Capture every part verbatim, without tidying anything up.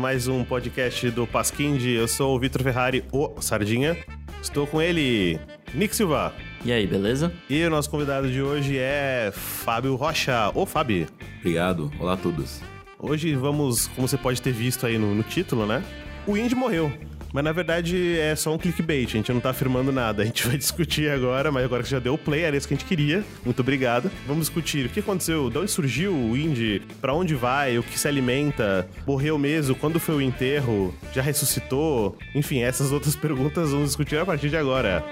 mais um podcast do Pasquinde. Eu sou o Vitor Ferrari, o Sardinha. Estou com ele, Nick Silva. E aí, beleza? E o nosso convidado de hoje é Fábio Rocha. Ô, Fábio. Obrigado. Olá a todos. Hoje vamos, como você pode ter visto aí no, no título, né? O Indy morreu. Mas na verdade é só um clickbait, a gente não tá afirmando nada. A gente vai discutir agora, mas agora que já deu o play, era isso que a gente queria. Muito obrigado. Vamos discutir o que aconteceu, de onde surgiu o Indy, pra onde vai, o que se alimenta, morreu mesmo, quando foi o enterro, já ressuscitou. Enfim, essas outras perguntas vamos discutir a partir de agora.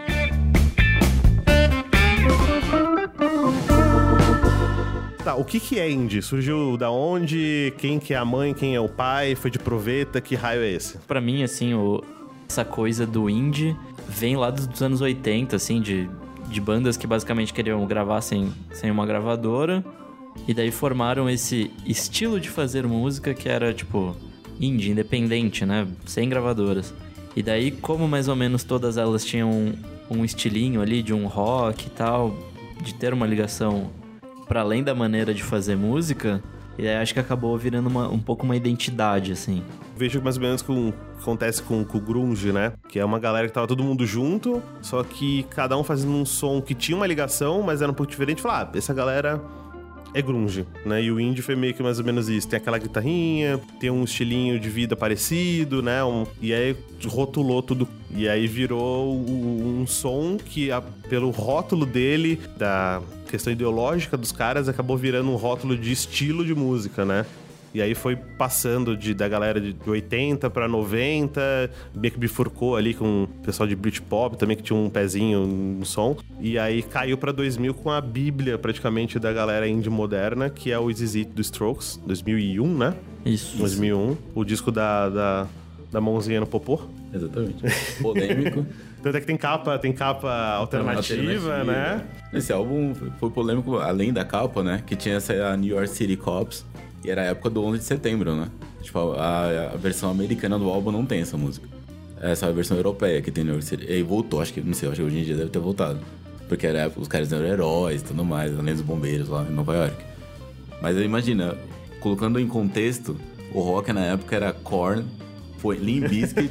Tá, o que que é Indy? Surgiu da onde? Quem que é a mãe? Quem é o pai? Foi de proveta? Que raio é esse? Pra mim, assim, o... essa coisa do indie vem lá dos anos oitenta, assim, de, de bandas que basicamente queriam gravar sem, sem uma gravadora. E daí formaram esse estilo de fazer música que era, tipo, indie, independente, né? Sem gravadoras. E daí, como mais ou menos todas elas tinham um, um estilinho ali de um rock e tal, de ter uma ligação para além da maneira de fazer música, e aí acho que acabou virando uma, um pouco uma identidade, assim. Vejo mais ou menos com acontece com, com o grunge, né? Que é uma galera que tava todo mundo junto, só que cada um fazendo um som que tinha uma ligação, mas era um pouco diferente. Falar, ah, essa galera é grunge, né? E o indie foi meio que mais ou menos isso. Tem aquela guitarrinha, tem um estilinho de vida parecido, né? Um, e aí rotulou tudo. E aí virou um, um som que, a, pelo rótulo dele, da questão ideológica dos caras, acabou virando um rótulo de estilo de música, né? E aí foi passando de, da galera de oitenta pra noventa, meio que bifurcou ali com o pessoal de Britpop também, que tinha um pezinho no som. E aí caiu pra dois mil com a bíblia, praticamente, da galera indie moderna, que é o Is Is It do Strokes, dois mil e um, né? Isso. dois mil e um, o disco da, da, da mãozinha no popô. Exatamente. Polêmico. Tanto é que tem capa, tem capa alternativa, alternativa, né? Esse álbum foi polêmico, além da capa, né? Que tinha essa a New York City Cops. E era a época do onze de setembro, né? Tipo, a, a versão americana do álbum não tem essa música. Essa é a versão europeia que tem New York City. E aí voltou, acho que, não sei, acho que hoje em dia deve ter voltado. Porque era a época, os caras eram heróis e tudo mais, além dos bombeiros lá em Nova York. Mas imagina, colocando em contexto, o rock na época era Korn, foi Limp Bizkit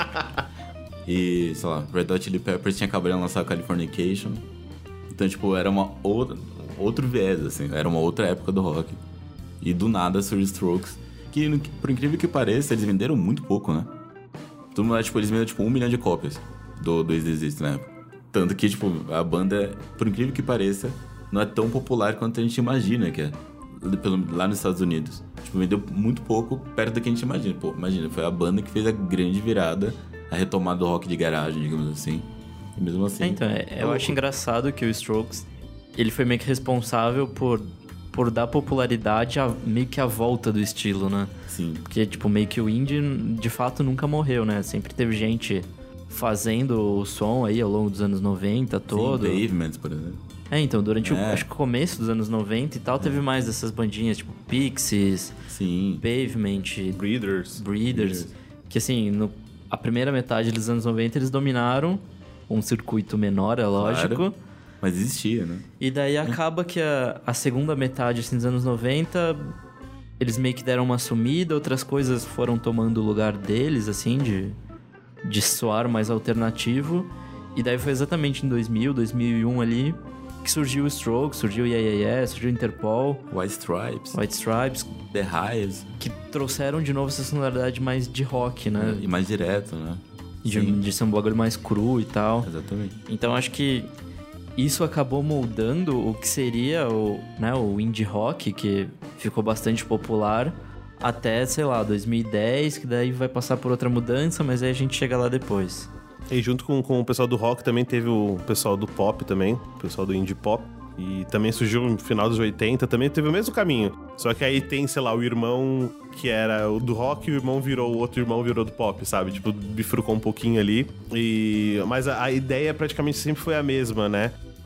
e, sei lá, Red Hot Chili Peppers tinha acabado de lançar Californication. Então, tipo, era uma outra, outro viés, assim, era uma outra época do rock. E do nada surge Strokes, que, por incrível que pareça, eles venderam muito pouco, né? Todo mundo, tipo, eles venderam, tipo, um milhão de cópias do, do Is This It na época. Tanto que, tipo, a banda, por incrível que pareça, não é tão popular quanto a gente imagina que é. Pelo, lá nos Estados Unidos. Tipo, vendeu muito pouco perto do que a gente imagina. Pô, imagina, foi a banda que fez a grande virada, a retomada do rock de garagem, digamos assim. E mesmo assim... É, então, é, é eu acho engraçado que o Strokes, ele foi meio que responsável por... por dar popularidade a, meio que à volta do estilo, né? Sim. Porque, tipo, meio que o indie, de fato, nunca morreu, né? Sempre teve gente fazendo o som aí ao longo dos anos noventa todo. Sim, Pavement, por exemplo. É, então, durante é. o, acho que o começo dos anos noventa e tal, é. teve mais dessas bandinhas, tipo, Pixies, Sim. Pavement, Breeders. Breeders, Breeders. Que, assim, no, a primeira metade dos anos noventa, eles dominaram um circuito menor, é lógico. Claro. Mas existia, né? E daí acaba que a, a segunda metade, assim, dos anos noventa, eles meio que deram uma sumida, outras coisas foram tomando o lugar deles, assim, de, de soar mais alternativo. E daí foi exatamente em dois mil, dois mil e um ali, que surgiu o Strokes, surgiu o Yeah Yeah Yeah, surgiu o Interpol. White Stripes. White Stripes. The Hives. Que trouxeram de novo essa sonoridade mais de rock, né? E mais direto, né? De, de ser um bagulho mais cru e tal. Exatamente. Então acho que isso acabou moldando o que seria o, né, o indie rock, que ficou bastante popular, até, sei lá, dois mil e dez, que daí vai passar por outra mudança, mas aí a gente chega lá depois. E junto com, com o pessoal do rock também teve o pessoal do pop também, o pessoal do indie pop. E também surgiu no final dos oitenta, também teve o mesmo caminho. Só que aí tem, sei lá, o irmão que era o do rock e o irmão virou, o outro irmão virou do pop, sabe? Tipo, bifurcou um pouquinho ali. E... Mas a, a ideia praticamente sempre foi a mesma, né?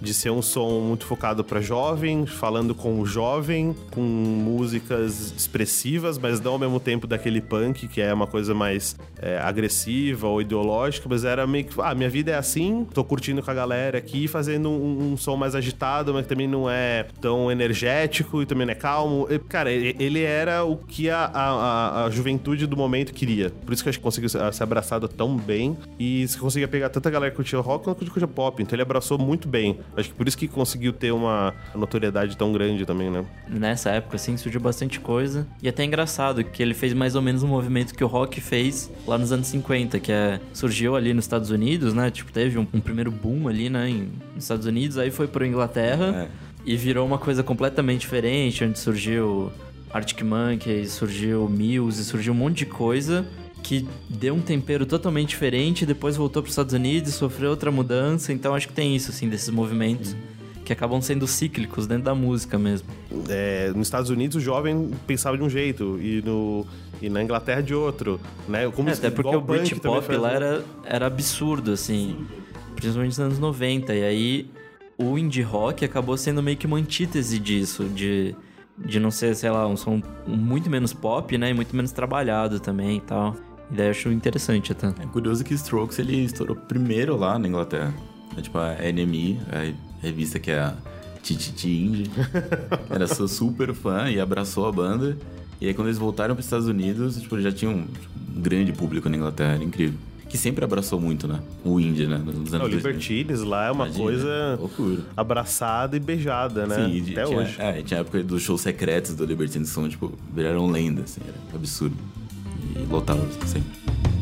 de ser um som muito focado pra jovem, falando com o jovem, com músicas expressivas, mas não ao mesmo tempo daquele punk, que é uma coisa mais é, agressiva ou ideológica, mas era meio que, ah, minha vida é assim, tô curtindo com a galera aqui, fazendo um, um som mais agitado, mas também não é tão energético e também não é calmo. E, cara, ele era o que a, a, a juventude do momento queria. Por isso que eu acho que conseguiu ser abraçado tão bem e se conseguia pegar tanta galera que curtia rock quanto que curtia pop. Então ele abraçou muito bem. Acho que por isso que conseguiu ter uma notoriedade tão grande também, né? Nessa época, assim, surgiu bastante coisa. E até é engraçado que ele fez mais ou menos um movimento que o rock fez lá nos anos cinquenta, que é... Surgiu ali nos Estados Unidos, né? Tipo, teve um, um primeiro boom ali, né? Em, nos Estados Unidos. Aí foi pra Inglaterra. É. E virou uma coisa completamente diferente, onde surgiu Arctic Monkeys, surgiu Muse, surgiu um monte de coisa que deu um tempero totalmente diferente, depois voltou para os Estados Unidos, sofreu outra mudança. Então acho que tem isso, assim, desses movimentos que acabam sendo cíclicos dentro da música mesmo. É, nos Estados Unidos o jovem pensava de um jeito e, no, e na Inglaterra de outro, né? Como é, até porque o Britpop lá faz... era, era absurdo, assim, sim, principalmente nos anos noventa. E aí o indie rock acabou sendo meio que uma antítese disso, de, de não ser, sei lá, um som muito menos pop, né? E muito menos trabalhado também e tal. E daí eu acho interessante até. É curioso que Strokes, ele estourou primeiro lá na Inglaterra. É tipo a N M E, a revista que é a Tititi Indie. Era sou super fã e abraçou a banda. E aí quando eles voltaram para os Estados Unidos, tipo, já tinha um, um grande público na Inglaterra, era incrível. Que sempre abraçou muito, né? O indie, né? Nos anos o Libertines lá é uma Imagina, coisa loucura. Abraçada e beijada, né? Sim, até tinha, hoje. É, tinha época dos shows secretos do Libertines que são, tipo, viraram lenda, assim, era absurdo. E lotava sempre.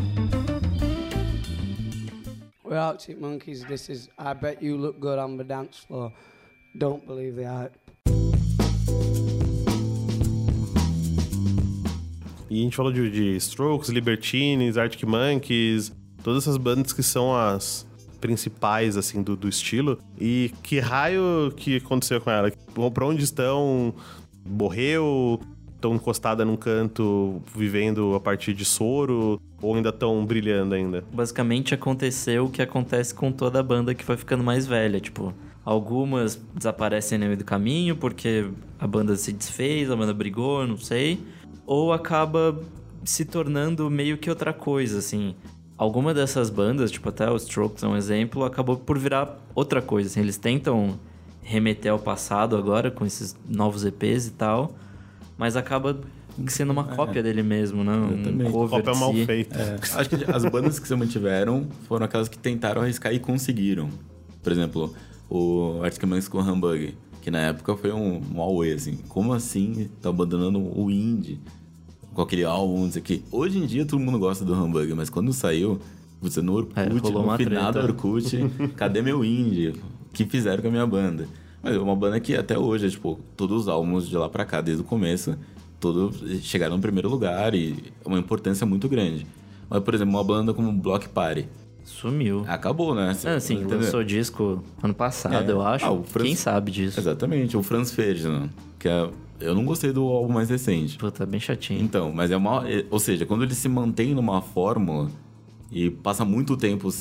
We're Arctic Monkeys, this is I Bet You Look Good on the Dance Floor. Don't believe the hype. E a gente falou de, de Strokes, Libertines, Arctic Monkeys, todas essas bandas que são as principais, assim, do, do estilo. E que raio que aconteceu com ela? Pra onde estão? Morreu? Estão encostada num canto, vivendo a partir de soro? Ou ainda estão brilhando ainda? Basicamente aconteceu o que acontece com toda a banda que foi ficando mais velha, tipo... Algumas desaparecem no meio do caminho porque a banda se desfez, a banda brigou, não sei... Ou acaba se tornando meio que outra coisa, assim. Alguma dessas bandas, tipo até o Strokes é um exemplo, acabou por virar outra coisa, assim. Eles tentam remeter ao passado agora com esses novos E Ps e tal, mas acaba sendo uma cópia é. dele mesmo, né? Um cover cópia mal feita. É. Acho que as bandas que se mantiveram foram aquelas que tentaram arriscar e conseguiram. Por exemplo, o Arctic Monkeys com o Humbug, que na época foi um, um auê, assim. Como assim tá abandonando o indie? Com aquele álbum, não sei o que. Hoje em dia todo mundo gosta do Humbug, mas quando saiu, você no Orkut, é, no final do Orkut, cadê meu indie? O que fizeram com a minha banda? Mas é uma banda que até hoje, é, tipo, todos os álbuns de lá pra cá, desde o começo, todos chegaram no primeiro lugar e é uma importância muito grande. Mas, por exemplo, uma banda como Block Party. Sumiu. Acabou, né? Você ah, sim, lançou disco ano passado, é. eu acho. Ah, Franz... Quem sabe disso? Exatamente, o Franz Ferdinand, que é... Eu não gostei do álbum mais recente. Pô, tá bem chatinho. Então, mas é uma... Ou seja, quando ele se mantém numa fórmula e passa muito tempo...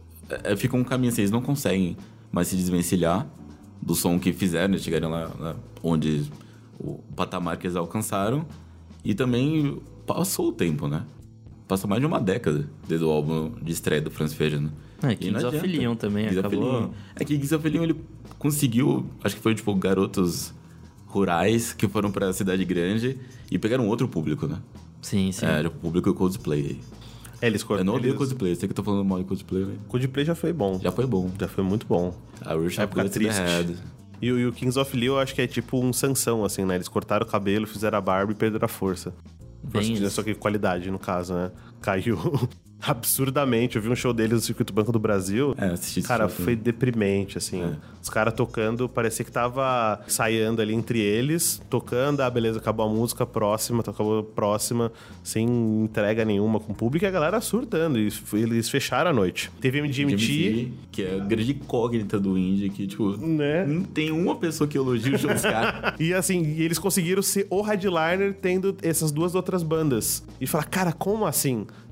É, fica um caminho assim, eles não conseguem mais se desvencilhar do som que fizeram, eles chegaram lá, lá onde o patamar que eles alcançaram. E também passou o tempo, né? Passou mais de uma década desde o álbum de estreia do Franz Ferdinand. É, Kings of Leon também Kings acabou... É que Kings of Leon, ele conseguiu... Acho que foi, tipo, garotos... rurais que foram pra cidade grande e pegaram outro público, né? Sim, sim. É, o público Coldplay. É, eles Eu não odeio eles... Coldplay, sei que eu tô falando mal de Coldplay. Né? Coldplay já foi bom. Já foi bom. Já foi muito bom. A Rush época triste. E, e o Kings of Leon, eu acho que é tipo um Sansão, assim, né? Eles cortaram o cabelo, fizeram a barba e perderam a força. Bem só que qualidade, no caso, né? Caiu absurdamente. Eu vi um show deles no Circuito Banco do Brasil. É, assisti esse Cara, show, foi deprimente, assim. É. Os caras tocando, parecia que tava ensaiando ali entre eles, tocando, ah, beleza, acabou a música, próxima, acabou a próxima, sem entrega nenhuma com o público, e a galera surtando. E eles fecharam a noite. Teve M G M T, que é a grande incógnita do indie, que, tipo, né? Não tem uma pessoa que elogia o show dos caras. E assim, e eles conseguiram ser o headliner tendo essas duas outras bandas. E falar, cara, como assim?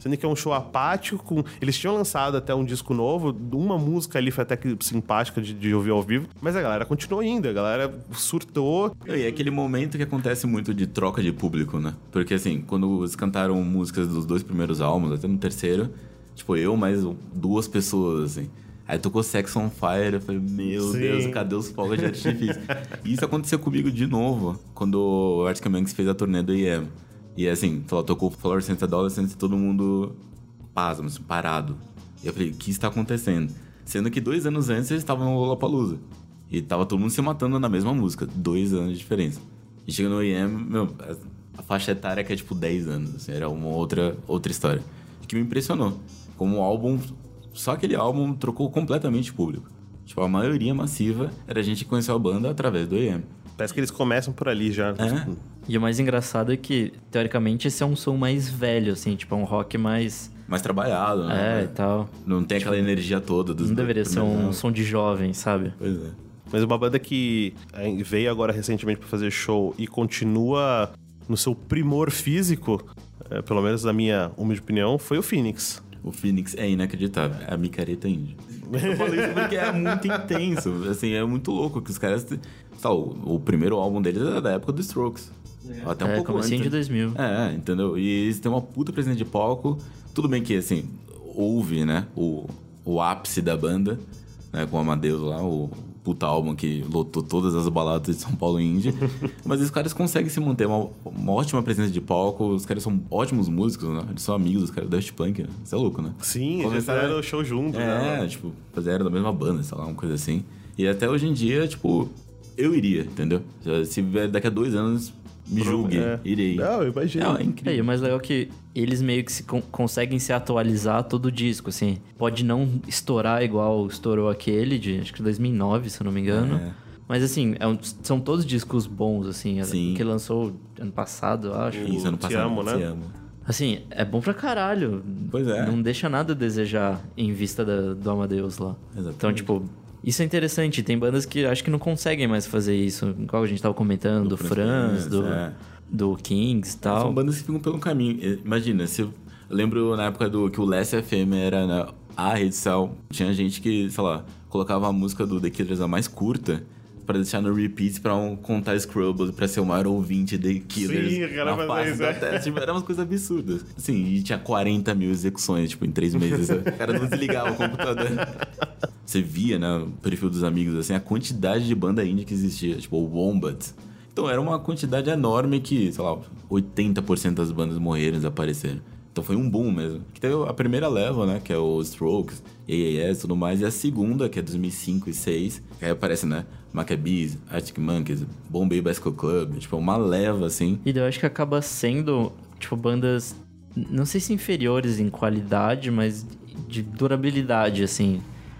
sendo que é um show apático. Com... Eles tinham lançado até um disco novo, uma música ali foi até que simpática de, de ouvir ao vivo, mas a galera continuou indo, a galera surtou. E é aquele momento que acontece muito de troca de público, né? Porque assim, quando eles cantaram músicas dos dois primeiros álbuns, até no terceiro, tipo, eu mais duas pessoas, assim. Aí tocou Sex on Fire, eu falei, meu Sim. Deus, cadê os fogos de artifício? E isso aconteceu comigo de novo, quando o Arctic Monkeys fez a turnê do E M. E assim, tocou Fluorescent Adolescent e todo mundo pasmo, assim, parado. E eu falei, o que está acontecendo? Sendo que dois anos antes eles estavam no Lollapalooza. E tava todo mundo se matando na mesma música. Dois anos de diferença. E chega no E M, meu, a faixa etária que é tipo dez anos. Assim, era uma outra, outra história. E que me impressionou. Como o álbum... Só aquele álbum trocou completamente o público. Tipo, a maioria massiva era gente que conheceu a banda através do E M. Parece que eles começam por ali já. É. E o mais engraçado é que, teoricamente, esse é um som mais velho, assim, tipo, é um rock mais... Mais trabalhado, né? É, e tal. Não tem aquela energia toda dos... Não deveria ser um primeiros som de jovem, sabe? Pois é. Mas uma banda que veio agora recentemente pra fazer show e continua no seu primor físico, é, pelo menos na minha humilde opinião, foi o Phoenix. O Phoenix é inacreditável. É a micareta índia. Eu falei isso porque é muito intenso. Assim, é muito louco que os caras... Tá, o, o primeiro álbum deles é da época do Strokes. É. Até um é, pouco comecinho antes. de dois mil. É, entendeu? E eles têm uma puta presença de palco. Tudo bem que, assim, houve, né? O, o ápice da banda, né? Com o Amadeus lá, o puta álbum que lotou todas as baladas de São Paulo Indie. Mas os caras conseguem se manter uma, uma ótima presença de palco. Os caras são ótimos músicos, né? Eles são amigos dos caras do Daft Punk. Né? Isso é louco, né? Sim, eles Começaram- fizeram o show junto, É, né? tipo, fizeram da mesma banda, sei lá, uma coisa assim. E até hoje em dia, tipo, eu iria, entendeu? Se vier daqui a dois anos, me julgue, É. irei. Não, eu imagino. Não, é É, e incrível. o mais legal é que eles meio que se con- conseguem se atualizar todo o disco, assim. Pode não estourar igual estourou aquele de, acho que dois mil e nove, se eu não me engano. É. Mas, assim, é um- são todos discos bons, assim. Sim. Que lançou ano passado, eu acho. Isso, ano Te passado. Amo, né? Te amo. Assim, é bom pra caralho. Pois é. Não deixa nada a desejar em vista da- do Amadeus lá. Exatamente. Então, tipo... Isso é interessante. Tem bandas que acho que não conseguem mais fazer isso. Igual a gente tava comentando, do, Do Franz, Franz, do, é. do Kings e tal. São bandas que ficam pelo caminho. Imagina, se eu eu lembro na época do que o Last F M era né, a rede social, tinha gente que, sei lá, colocava a música do The Killers a mais curta pra deixar no repeat pra um, contar Scrubbles, pra ser o maior ouvinte de The Killers. Sim, o cara na fazia face isso, da é. terra. Tipo, eram umas coisas absurdas. Assim, e tinha quarenta mil execuções, tipo, em três meses. O cara não desligava o computador. Você via, né, no perfil dos amigos, assim, a quantidade de banda indie que existia. Tipo, o Wombat. Então, era uma quantidade enorme que, sei lá, oitenta por cento das bandas morreram, desapareceram. Então, foi um boom mesmo. Que teve a primeira leva, né, que é o Strokes, A A S e tudo mais. E a segunda, que é dois mil e cinco e dois mil e seis. Que aí aparece, né, Maccabees, Arctic Monkeys, Bombay Bicycle Club. Tipo, uma leva, assim. E eu acho que acaba sendo, tipo, bandas... Não sei se inferiores em qualidade, mas de durabilidade, assim.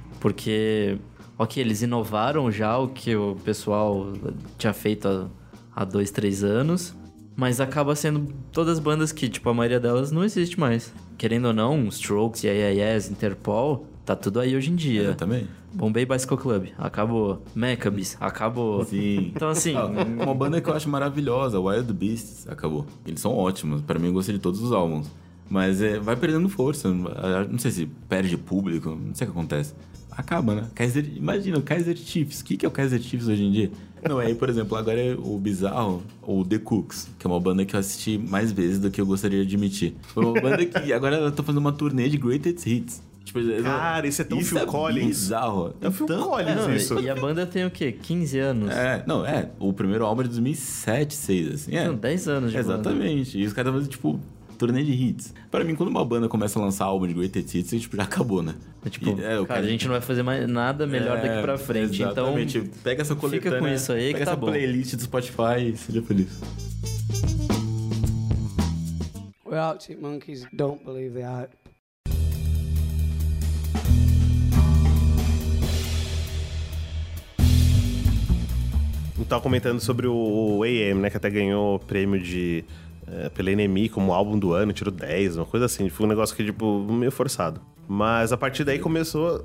Porque, ok, eles inovaram já o que o pessoal tinha feito há, há dois, três anos, mas acaba sendo todas as bandas que, tipo, a maioria delas não existe mais. Querendo ou não, Strokes, A A S, Interpol, tá tudo aí hoje em dia. Também. Bombay Bicycle Club, acabou. Maccabees, acabou. Sim. Então, assim... Ah, uma banda que eu acho maravilhosa, Wild Beasts, acabou. Eles são ótimos, pra mim eu gostei de todos os álbuns. Mas é, vai perdendo força, não sei se perde público, não sei o que acontece. Acaba, né? Kaiser, imagina, o Kaiser Chiefs, o que, que é o Kaiser Chiefs hoje em dia? Não, aí, por exemplo, agora é o bizarro, ou The Cooks, que é uma banda que eu assisti mais vezes do que eu gostaria de admitir. Foi uma banda que agora ela tá fazendo uma turnê de Greatest Hits. Tipo, Cara, isso é tão isso Phil é Collins. bizarro. É o Phil Então, Collins Não, isso. e a banda tem o quê? quinze anos? É, não, é. O primeiro álbum é de dois mil e sete, dois mil e seis, assim. É. Não, dez anos de banda. Exatamente. E os caras fazem, tipo, turnê de hits. Pra mim, quando uma banda começa a lançar álbum de Greatest Hits, tipo, já acabou, né? É tipo, E, é, o cara, a gente não vai fazer mais nada melhor daqui pra frente. Exatamente. Então, pega essa coletânea, fica com isso aí pega que tá essa bom. playlist do Spotify e seja feliz. We're Arctic Monkeys, don't believe the hype. Eu tava comentando sobre o A M, né? Que até ganhou prêmio de... É, pela N M E como álbum do ano, tirou dez, uma coisa assim. Foi um negócio que, tipo, meio forçado. Mas a partir daí começou...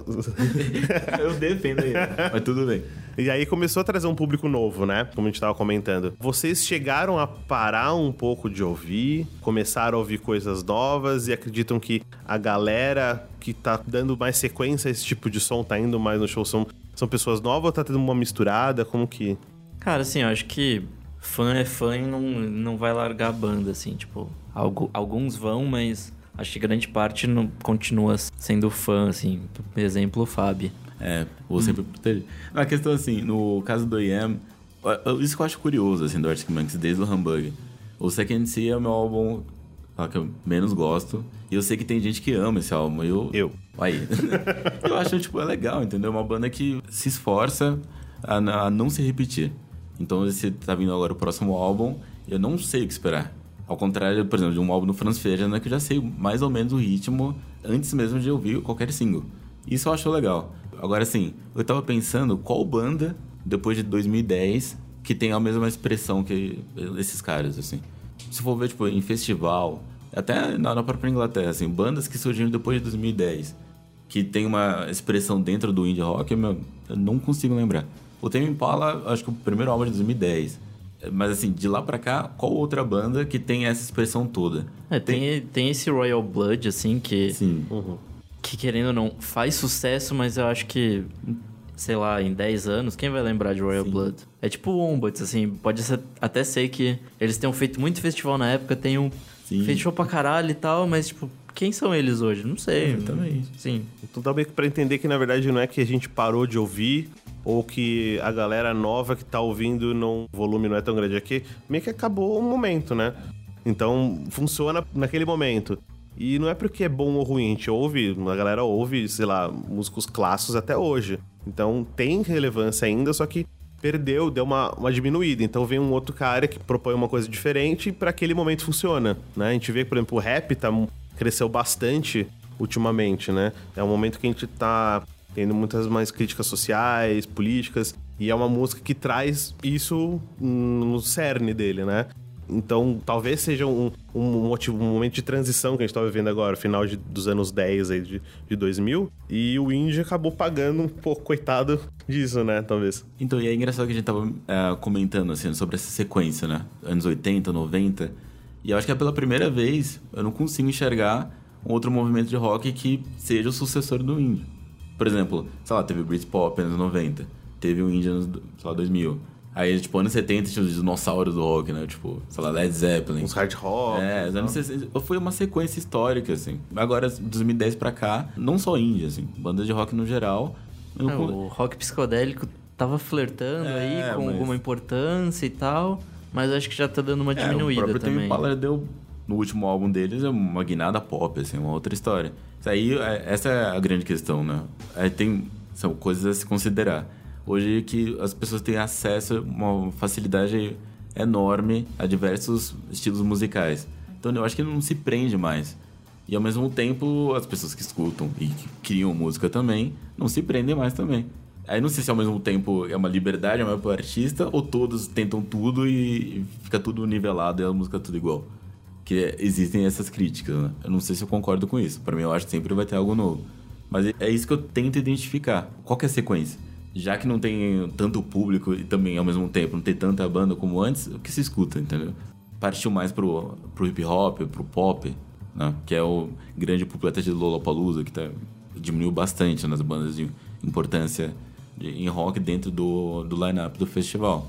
Eu defendo ele, mas tudo bem. E aí começou a trazer um público novo, né? Como a gente tava comentando. Vocês chegaram a parar um pouco de ouvir, começaram a ouvir coisas novas e acreditam que a galera que tá dando mais sequência a esse tipo de som, tá indo mais no show, são, são pessoas novas ou tá tendo uma misturada? Como que... Cara, assim, eu acho que fã é fã e não, não vai largar a banda, assim. Tipo, algo, alguns vão, mas acho que grande parte não continua sendo fã, assim. Por exemplo, o Fábio. É, vou sempre proteger. A questão assim, no caso do I M, isso que eu acho curioso, assim, do Arctic Monkeys, desde o Humbug. O Second Sea é o meu álbum que eu menos gosto. E eu sei que tem gente que ama esse álbum. Eu. Eu. Aí. Eu acho, tipo, é legal, entendeu? Uma banda que se esforça a, a não se repetir. Então, esse tá vindo agora o próximo álbum, eu não sei o que esperar. Ao contrário, por exemplo, de um álbum do Franz Ferdinand, que eu já sei mais ou menos o ritmo antes mesmo de ouvir qualquer single. Isso eu acho legal. Agora, assim, eu tava pensando qual banda, depois de dois mil e dez, que tem a mesma expressão que esses caras, assim. Se for ver, tipo, em festival, até na própria Inglaterra, assim, bandas que surgiram depois de dois mil e dez, que tem uma expressão dentro do indie rock, eu não consigo lembrar. O Tame Impala, acho que o primeiro álbum é de dois mil e dez. Mas assim, de lá pra cá, qual outra banda que tem essa expressão toda? É, tem, tem, tem esse Royal Blood, assim, que... Sim. Uhum. Que, querendo ou não, faz sucesso, mas eu acho que... Sei lá, em dez anos, quem vai lembrar de Royal Sim. Blood? É tipo o Wombats, assim, pode ser, até ser que eles tenham feito muito festival na época, tenham Sim. feito show pra caralho e tal, mas, tipo, quem são eles hoje? Não sei. Exatamente. Sim. Então dá meio que pra entender que, na verdade, não é que a gente parou de ouvir ou que a galera nova que tá ouvindo, não, o volume não é tão grande aqui, meio que acabou o momento, né? Então, funciona naquele momento. E não é porque é bom ou ruim, a gente ouve, a galera ouve, sei lá, músicos clássicos até hoje. Então, tem relevância ainda, só que perdeu, deu uma, uma diminuída. Então, vem um outro cara que propõe uma coisa diferente e pra aquele momento funciona, né? A gente vê, por exemplo, o rap tá, cresceu bastante ultimamente, né? É um momento que a gente tá tendo muitas mais críticas sociais, políticas, e é uma música que traz isso no cerne dele, né? Então, talvez seja um, um, motivo, um momento de transição que a gente tá vivendo agora, final de, dos anos dez aí de, de dois mil, e o indie acabou pagando um pouco, coitado disso, né, talvez. Então, e é engraçado que a gente tava uh, comentando, assim, sobre essa sequência, né? Anos oitenta, noventa, e eu acho que é pela primeira vez eu não consigo enxergar um outro movimento de rock que seja o sucessor do indie. Por exemplo, sei lá, teve o Britpop nos anos noventa, teve o indie nos, sei lá, dois mil. Aí, tipo, anos setenta tinha os dinossauros do rock, né? Tipo, sei lá, Led Zeppelin. Uns hard rock. É, os anos sessenta. Foi uma sequência histórica, assim. Agora, dois mil e dez pra cá, não só indie, assim. Bandas de rock no geral. É, não... o rock psicodélico tava flertando É, aí com mas... alguma importância e tal, mas acho que já tá dando uma É, diminuída o próprio também. Tame Impala deu, no último álbum deles, uma guinada pop, assim, uma outra história. Isso aí, essa é a grande questão, né? Aí tem... São coisas a se considerar. Hoje que as pessoas têm acesso a uma facilidade enorme a diversos estilos musicais. Então eu acho que não se prende mais. E ao mesmo tempo, as pessoas que escutam e que criam música também, não se prendem mais também. Aí não sei se ao mesmo tempo é uma liberdade maior para o artista ou todos tentam tudo e fica tudo nivelado e a música é tudo igual. Que existem essas críticas, né? Eu não sei se eu concordo com isso. Para mim, eu acho que sempre vai ter algo novo. Mas é isso que eu tento identificar. Qual que é a sequência? Já que não tem tanto público e também, ao mesmo tempo, não tem tanta banda como antes, o que se escuta, entendeu? Partiu mais pro, pro hip hop, pro pop, né? Que é o grande público até de Lollapalooza, que tá, diminuiu bastante nas bandas de importância de, em rock dentro do, do line-up do festival.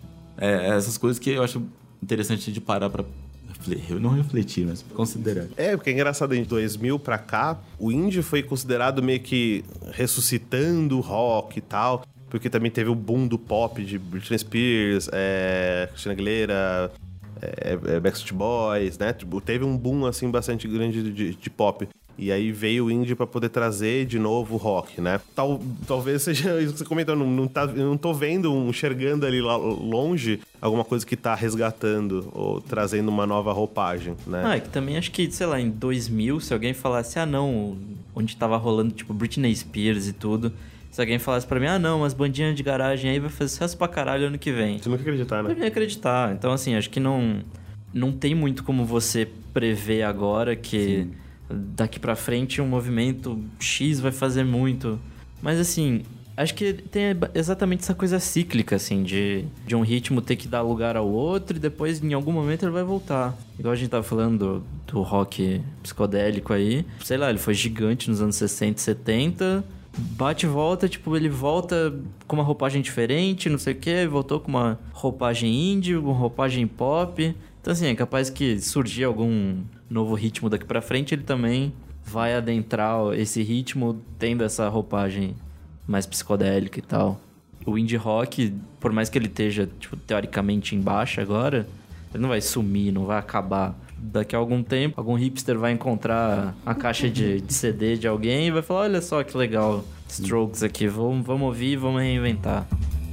É, essas coisas que eu acho interessante de parar pra... Eu não refleti, mas considerar. É, porque é engraçado, em dois mil pra cá, o indie foi considerado meio que ressuscitando o rock e tal, porque também teve o boom do pop de Britney Spears, é, Christina Aguilera, é, é, Backstreet Boys, né? Tipo, teve um boom, assim, bastante grande de, de pop. E aí veio o indie pra poder trazer de novo o rock, né? Tal, talvez seja isso que você comentou, não, não, tá, eu não tô vendo, enxergando ali lá longe alguma coisa que tá resgatando ou trazendo uma nova roupagem, né? Ah, é que também acho que, sei lá, em dois mil, se alguém falasse, ah não, onde tava rolando tipo Britney Spears e tudo, se alguém falasse pra mim, ah não, umas bandinhas de garagem aí vai fazer sucesso pra caralho ano que vem. Você nunca acreditar, né? Eu não ia acreditar. Então, assim, acho que não, não tem muito como você prever agora que... Sim. daqui pra frente um movimento X vai fazer muito. Mas assim, acho que tem exatamente essa coisa cíclica, assim, de, de um ritmo ter que dar lugar ao outro e depois, em algum momento, ele vai voltar. Igual a gente tava falando do, do rock psicodélico aí. Sei lá, ele foi gigante nos anos sessenta e setenta. Bate e volta, tipo, ele volta com uma roupagem diferente, não sei o que, voltou com uma roupagem indie, uma roupagem pop. Então, assim, é capaz que surgir algum novo ritmo daqui pra frente, ele também vai adentrar esse ritmo tendo essa roupagem mais psicodélica e tal. O indie rock, por mais que ele esteja, tipo, teoricamente em baixa agora, ele não vai sumir, não vai acabar. Daqui a algum tempo, algum hipster vai encontrar a caixa de, de C D de alguém e vai falar, olha só que legal, Strokes aqui, vamos, vamos ouvir e vamos reinventar.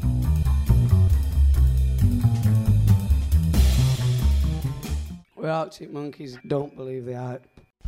We Arctic Monkeys don't believe the hype.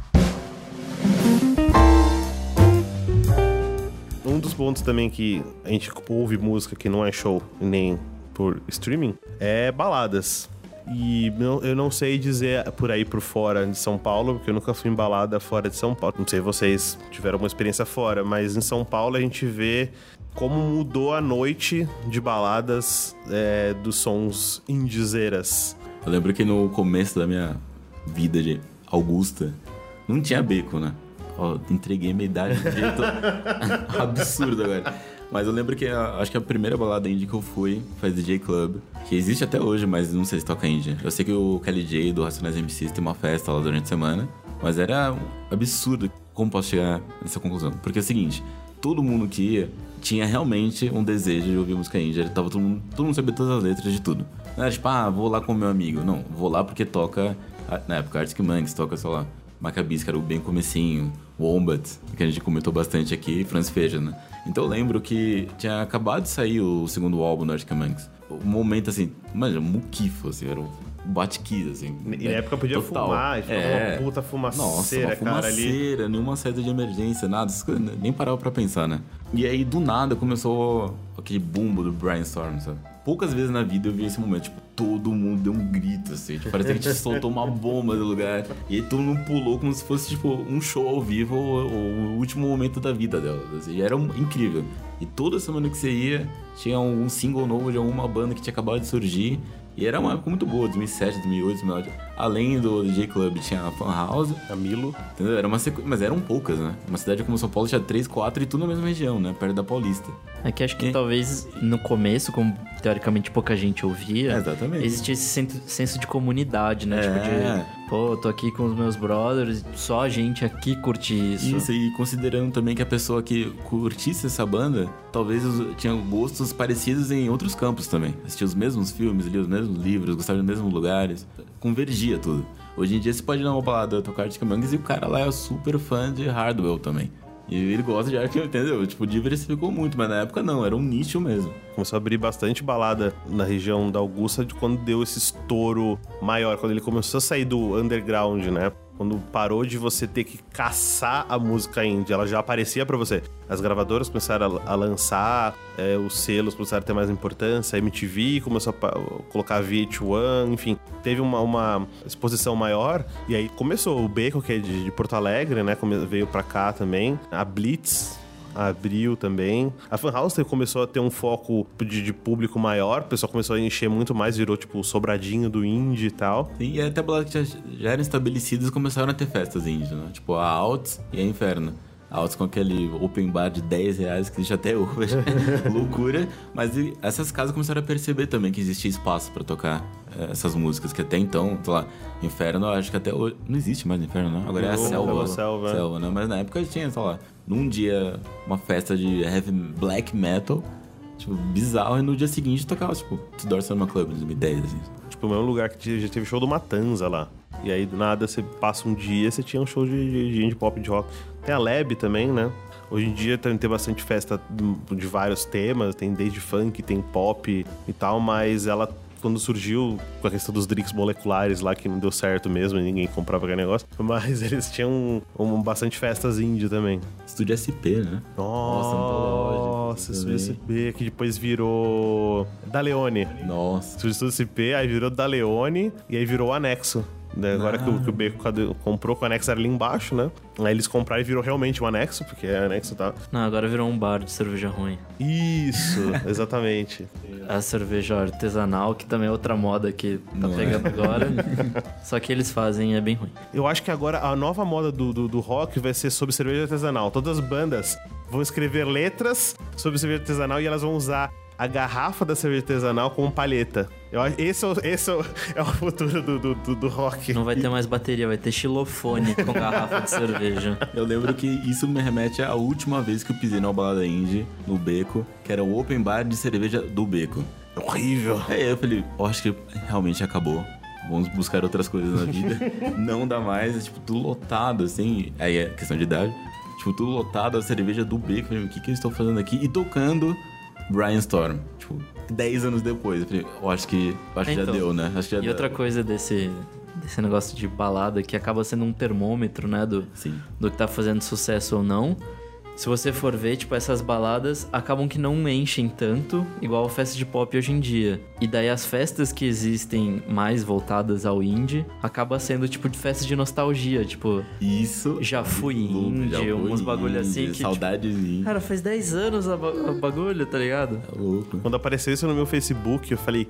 Um dos pontos também que a gente ouve música que não é show nem por streaming é baladas. E não, eu não sei dizer por aí por fora de São Paulo, porque eu nunca fui em balada fora de São Paulo. Não sei se vocês tiveram uma experiência fora, mas em São Paulo a gente vê como mudou a noite de baladas é, dos sons indizeiras. Eu lembro que no começo da minha vida de Augusta, não tinha beco, né? Ó, entreguei minha idade de um jeito absurdo agora. Mas eu lembro que a, acho que a primeira balada indie que eu fui foi D J Club, que existe até hoje, mas não sei se toca indie. Eu sei que o Kelly J do Racionais M Cs tem uma festa lá durante a semana, mas era absurdo. Como posso chegar nessa conclusão? Porque é o seguinte, todo mundo que ia tinha realmente um desejo de ouvir música indie. Tava todo mundo, todo mundo sabia todas as letras de tudo. Não era tipo, ah, vou lá com o meu amigo. Não, vou lá porque toca, na época, Arctic Monkeys, toca, sei lá, Maccabees, que era o bem comecinho, Wombat, que a gente comentou bastante aqui, e Franz Ferdinand, né? Então eu lembro que tinha acabado de sair o segundo álbum do Arctic Monkeys. Um momento assim, mano, muquifo, assim, era um bate-kiss, assim. E na época podia total. fumar, tipo, é. uma puta fumaceira, Nossa, uma cara, ali. fumaceira, nenhuma saída de emergência, nada, nem parava pra pensar, né? E aí, do nada, começou aquele bumbo do Brainstorm, sabe? Poucas vezes na vida eu vi esse momento, tipo, todo mundo deu um grito, assim, tipo, parecia que a gente soltou uma bomba do lugar, e aí todo mundo pulou como se fosse, tipo, um show ao vivo, ou, ou o último momento da vida delas, assim, e era um, incrível. E toda semana que você ia, tinha um, um single novo de alguma banda que tinha acabado de surgir, e era uma época muito boa, dois mil e sete, dois mil e oito, dois mil e nove. Além do D J Club, tinha a Fan House, a Milo. Entendeu? Era uma sequ... Mas eram poucas, né? Uma cidade como São Paulo tinha três, quatro e tudo na mesma região, né? Perto da Paulista. É que acho que E... talvez no começo, como teoricamente pouca gente ouvia, é, exatamente. existia esse sen- senso de comunidade, né? É. Tipo de, pô, tô aqui com os meus brothers, só a gente aqui curte isso. Isso, e considerando também que a pessoa que curtisse essa banda, talvez os... tinha gostos parecidos em outros campos também. Assistia os mesmos filmes, lia os mesmos livros, gostava dos mesmos lugares. Convergia tudo. Hoje em dia você pode ir numa balada tocar Arctic Monkeys e o cara lá é super fã de Hardwell também. E ele gosta de Arctic, entendeu? Tipo, diversificou muito, mas na época não, era um nicho mesmo. Começou a abrir bastante balada na região da Augusta de quando deu esse estouro maior, quando ele começou a sair do underground, né? Quando parou de você ter que caçar a música indie, ela já aparecia pra você. As gravadoras começaram a, a lançar, é, os selos começaram a ter mais importância, a M T V começou a, a colocar V H um, enfim. Teve uma, uma exposição maior, e aí começou o Beco, que é de, de Porto Alegre, né? Come, veio pra cá também. A Blitz abriu também. A Fan House começou a ter um foco de, de público maior, o pessoal começou a encher muito mais, virou tipo o sobradinho do indie e tal. Sim, e até baladas que já, já eram estabelecidas começaram a ter festas indie, né? Tipo a Alts e a Inferno. A Alts com aquele open bar de dez reais que existe até hoje. Loucura. Mas e, essas casas começaram a perceber também que existia espaço pra tocar é, essas músicas, que até então, sei lá, Inferno, acho que até hoje... Não existe mais Inferno, não. Agora é a Não, Selva. é a Selva. Selva, né? Mas na época tinha, sei lá, num dia, uma festa de heavy black metal, tipo, bizarro, e no dia seguinte tocava, tipo, Tudor Cinema Club, em dois mil e dez, assim. Tipo, o mesmo lugar que já teve show do Matanza lá. E aí, do nada, você passa um dia, você tinha um show de, de, de indie pop, de rock. Tem a Lab também, né? Hoje em dia tem, tem bastante festa de vários temas, tem desde funk, tem pop e tal, mas ela, quando surgiu com a questão dos drinks moleculares lá, que não deu certo mesmo, ninguém comprava aquele negócio, mas eles tinham um, um, bastante festas indie também. Estúdio S P, né? Nossa, Nossa, Estúdio também. S P, que depois virou Da Leone. Nossa. Estúdio S P, aí virou Da Leone, e aí virou o Anexo. Daí agora Ah. que o, que o Beco comprou, que o anexo era ali embaixo, né? Aí eles compraram e virou realmente um anexo, porque o anexo tá... Não, agora virou um bar de cerveja ruim. Isso, exatamente. A cerveja artesanal, que também é outra moda que tá Não é? pegando agora. Só que eles fazem é bem ruim. Eu acho que agora a nova moda do, do, do rock vai ser sobre cerveja artesanal. Todas as bandas vão escrever letras sobre cerveja artesanal e elas vão usar a garrafa da cerveja artesanal como palheta. Eu acho esse é o, esse é o, é o futuro do, do, do, do rock. Não vai ter mais bateria, vai ter xilofone com garrafa de cerveja. Eu lembro que isso me remete à última vez que eu pisei numa balada indie, no Beco, que era o open bar de cerveja do Beco. Horrível. Aí eu falei, eu acho que realmente acabou. Vamos buscar outras coisas na vida. Não dá mais, é, tipo, tudo lotado, assim. Aí é questão de idade. Tipo, tudo lotado, a cerveja do Beco. Eu falei, o que que eu estou fazendo aqui? E tocando Brian Storm. Tipo, dez anos depois. Eu falei, eu acho que, eu acho que Então, já deu, né? Acho que já E deu. outra coisa desse, desse negócio de balada que acaba sendo um termômetro, né? Do, Sim. do que tá fazendo sucesso ou não. Se você for ver, tipo, essas baladas acabam que não enchem tanto, igual a festa de pop hoje em dia. E daí as festas que existem mais voltadas ao indie, acaba sendo, tipo, de festa de nostalgia. Tipo, Isso. Já fui Louco, já indie, fui uns bagulho indie, assim que, Saudadezinho. cara, faz dez anos a ba- o bagulho, tá ligado? Tá louco. Quando apareceu isso no meu Facebook, eu falei,